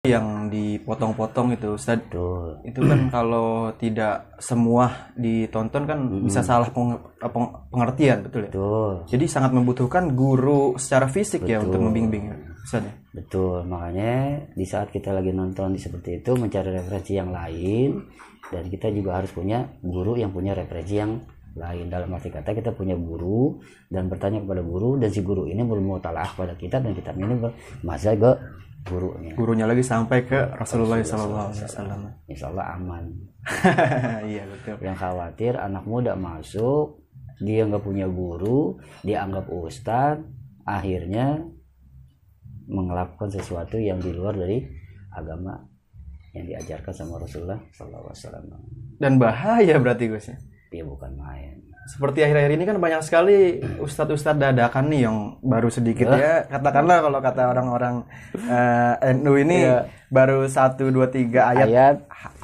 yang dipotong-potong itu Ustaz. Betul. Itu kan kalau tidak semua ditonton kan bisa salah pengertian, betul ya? Betul. Jadi sangat membutuhkan guru secara fisik ya untuk membimbing Ustaz ya. Betul. Makanya di saat kita lagi nonton seperti itu mencari referensi yang lain, dan kita juga harus punya guru yang punya referensi yang lain. Dalam arti kata kita punya guru dan bertanya kepada guru, dan si guru ini mau talaah kepada kita dan kita ini bermazhab ke gurunya lagi sampai ke Rasulullah SAW. Insya Allah aman. Iya betul. Yang khawatir anak muda masuk, dia nggak punya guru, dia anggap ustadz, akhirnya melakukan sesuatu yang di luar dari agama yang diajarkan sama Rasulullah SAW. Dan bahaya berarti Gus ya. Dia bukan main. Seperti akhir-akhir ini kan banyak sekali ustadz-ustadz dadakan nih yang baru sedikit ya, katakanlah kalau kata orang-orang NU ini baru 1, 2, 3 ayat